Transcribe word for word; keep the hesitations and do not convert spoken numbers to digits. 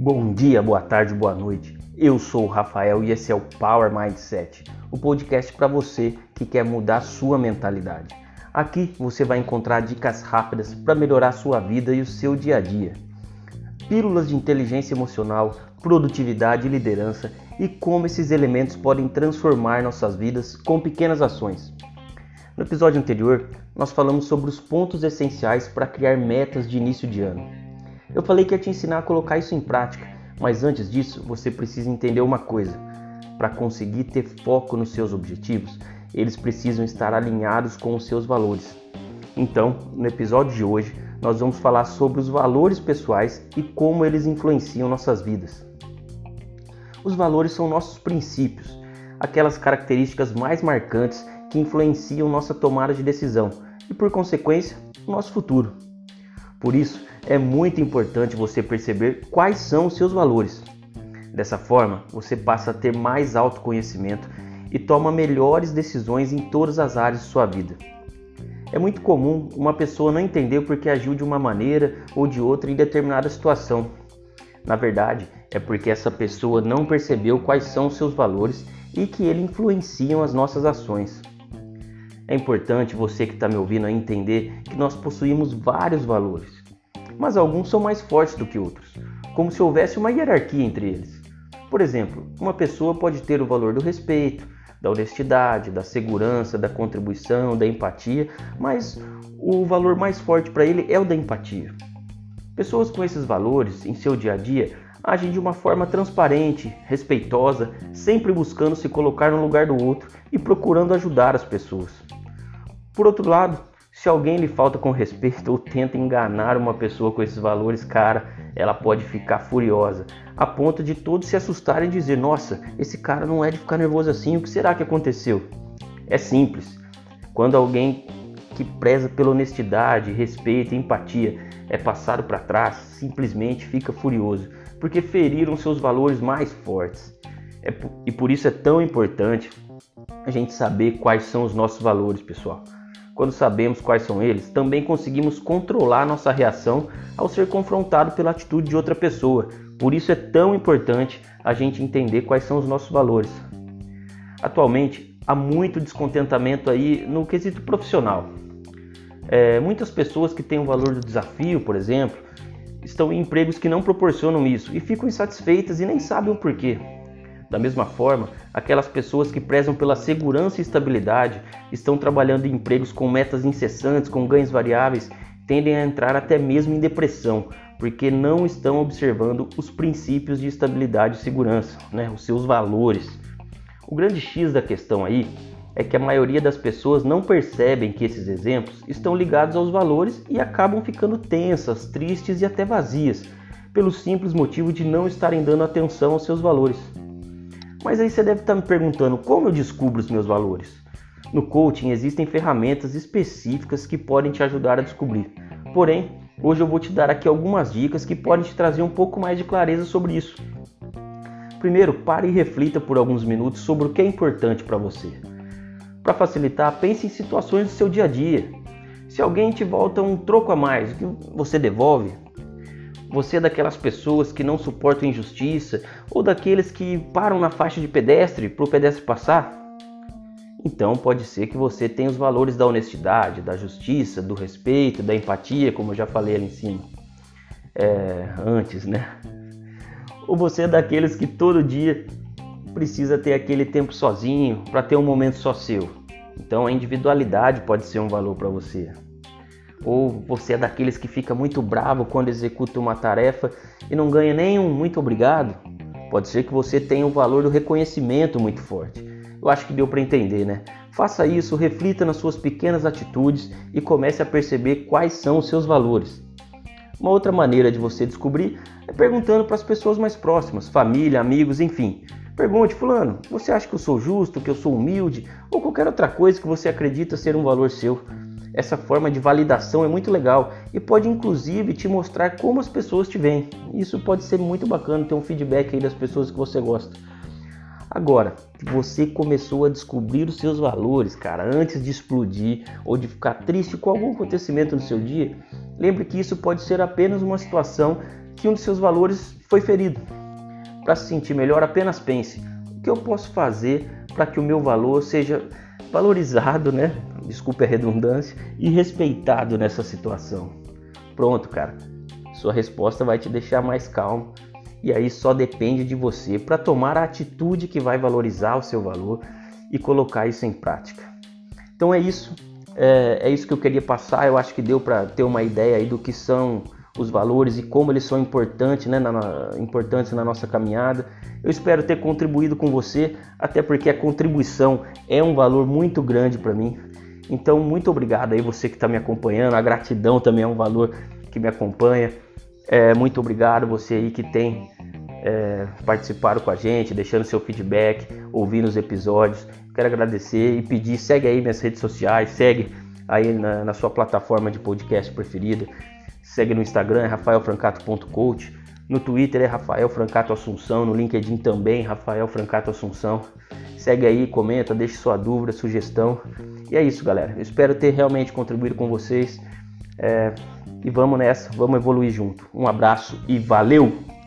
Bom dia, boa tarde, boa noite. Eu sou o Rafael e esse é o Power Mindset, o podcast para você que quer mudar sua mentalidade. Aqui você vai encontrar dicas rápidas para melhorar sua vida e o seu dia a dia. Pílulas de inteligência emocional, produtividade e liderança e como esses elementos podem transformar nossas vidas com pequenas ações. No episódio anterior, nós falamos sobre os pontos essenciais para criar metas de início de ano. Eu falei que ia te ensinar a colocar isso em prática, mas antes disso, você precisa entender uma coisa. Para conseguir ter foco nos seus objetivos, eles precisam estar alinhados com os seus valores. Então, no episódio de hoje, nós vamos falar sobre os valores pessoais e como eles influenciam nossas vidas. Os valores são nossos princípios, aquelas características mais marcantes que influenciam nossa tomada de decisão e, por consequência, o nosso futuro. Por isso, é muito importante você perceber quais são os seus valores. Dessa forma, você passa a ter mais autoconhecimento e toma melhores decisões em todas as áreas de sua vida. É muito comum uma pessoa não entender o porquê agiu de uma maneira ou de outra em determinada situação. Na verdade, é porque essa pessoa não percebeu quais são os seus valores e que eles influenciam as nossas ações. É importante você que está me ouvindo entender que nós possuímos vários valores, mas alguns são mais fortes do que outros, como se houvesse uma hierarquia entre eles. Por exemplo, uma pessoa pode ter o valor do respeito, da honestidade, da segurança, da contribuição, da empatia, mas o valor mais forte para ele é o da empatia. Pessoas com esses valores em seu dia a dia agem de uma forma transparente, respeitosa, sempre buscando se colocar no lugar do outro e procurando ajudar as pessoas. Por outro lado, se alguém lhe falta com respeito ou tenta enganar uma pessoa com esses valores, cara, ela pode ficar furiosa, a ponto de todos se assustarem e dizer: nossa, esse cara não é de ficar nervoso assim, o que será que aconteceu? É simples. Quando alguém que preza pela honestidade, respeito e empatia é passado para trás, simplesmente fica furioso, porque feriram seus valores mais fortes. É, e por isso é tão importante a gente saber quais são os nossos valores, pessoal. Quando sabemos quais são eles, também conseguimos controlar nossa reação ao ser confrontado pela atitude de outra pessoa. Por isso é tão importante a gente entender quais são os nossos valores. Atualmente, há muito descontentamento aí no quesito profissional. É, muitas pessoas que têm o valor do desafio, por exemplo, estão em empregos que não proporcionam isso e ficam insatisfeitas e nem sabem o porquê. Da mesma forma, aquelas pessoas que prezam pela segurança e estabilidade, estão trabalhando em empregos com metas incessantes, com ganhos variáveis, tendem a entrar até mesmo em depressão, porque não estão observando os princípios de estabilidade e segurança, né? Os seus valores. O grande X da questão aí é que a maioria das pessoas não percebem que esses exemplos estão ligados aos valores e acabam ficando tensas, tristes e até vazias, pelo simples motivo de não estarem dando atenção aos seus valores. Mas aí você deve estar me perguntando: como eu descubro os meus valores? No coaching existem ferramentas específicas que podem te ajudar a descobrir. Porém, hoje eu vou te dar aqui algumas dicas que podem te trazer um pouco mais de clareza sobre isso. Primeiro, pare e reflita por alguns minutos sobre o que é importante para você. Para facilitar, pense em situações do seu dia a dia. Se alguém te volta um troco a mais, o que você devolve? Você é daquelas pessoas que não suportam injustiça ou daqueles que param na faixa de pedestre para o pedestre passar? Então pode ser que você tenha os valores da honestidade, da justiça, do respeito, da empatia, como eu já falei ali em cima, é, antes, né? Ou você é daqueles que todo dia precisa ter aquele tempo sozinho para ter um momento só seu. Então a individualidade pode ser um valor para você. Ou você é daqueles que fica muito bravo quando executa uma tarefa e não ganha nem um muito obrigado. Pode ser que você tenha o valor do reconhecimento muito forte. Eu acho que deu para entender, né? Faça isso, reflita nas suas pequenas atitudes e comece a perceber quais são os seus valores. Uma outra maneira de você descobrir é perguntando para as pessoas mais próximas, família, amigos, enfim. Pergunte: fulano, você acha que eu sou justo, que eu sou humilde ou qualquer outra coisa que você acredita ser um valor seu? Essa forma de validação é muito legal e pode inclusive te mostrar como as pessoas te veem. Isso pode ser muito bacana, ter um feedback aí das pessoas que você gosta. Agora, se você começou a descobrir os seus valores, cara, antes de explodir ou de ficar triste com algum acontecimento no seu dia, lembre que isso pode ser apenas uma situação que um dos seus valores foi ferido. Para se sentir melhor, apenas pense: o que eu posso fazer para que o meu valor seja valorizado, né? Desculpe a redundância, e respeitado nessa situação. Pronto, cara. Sua resposta vai te deixar mais calmo. E aí só depende de você para tomar a atitude que vai valorizar o seu valor e colocar isso em prática. Então é isso. É, é isso que eu queria passar. Eu acho que deu para ter uma ideia aí do que são os valores e como eles são importantes, né, na, na, importantes na nossa caminhada. Eu espero ter contribuído com você, até porque a contribuição é um valor muito grande para mim. Então, muito obrigado aí você que está me acompanhando. A gratidão também é um valor que me acompanha. É, muito obrigado você aí que tem é, participado com a gente, deixando seu feedback, ouvindo os episódios. Quero agradecer e pedir, segue aí minhas redes sociais, segue aí na, na sua plataforma de podcast preferida. Segue no Instagram, é rafael francato ponto coach. No Twitter é Rafael Francato Assunção. No LinkedIn também, Rafael Francato Assunção. Segue aí, comenta, deixe sua dúvida, sugestão. E é isso, galera. Eu espero ter realmente contribuído com vocês. É, e vamos nessa, vamos evoluir junto. Um abraço e valeu!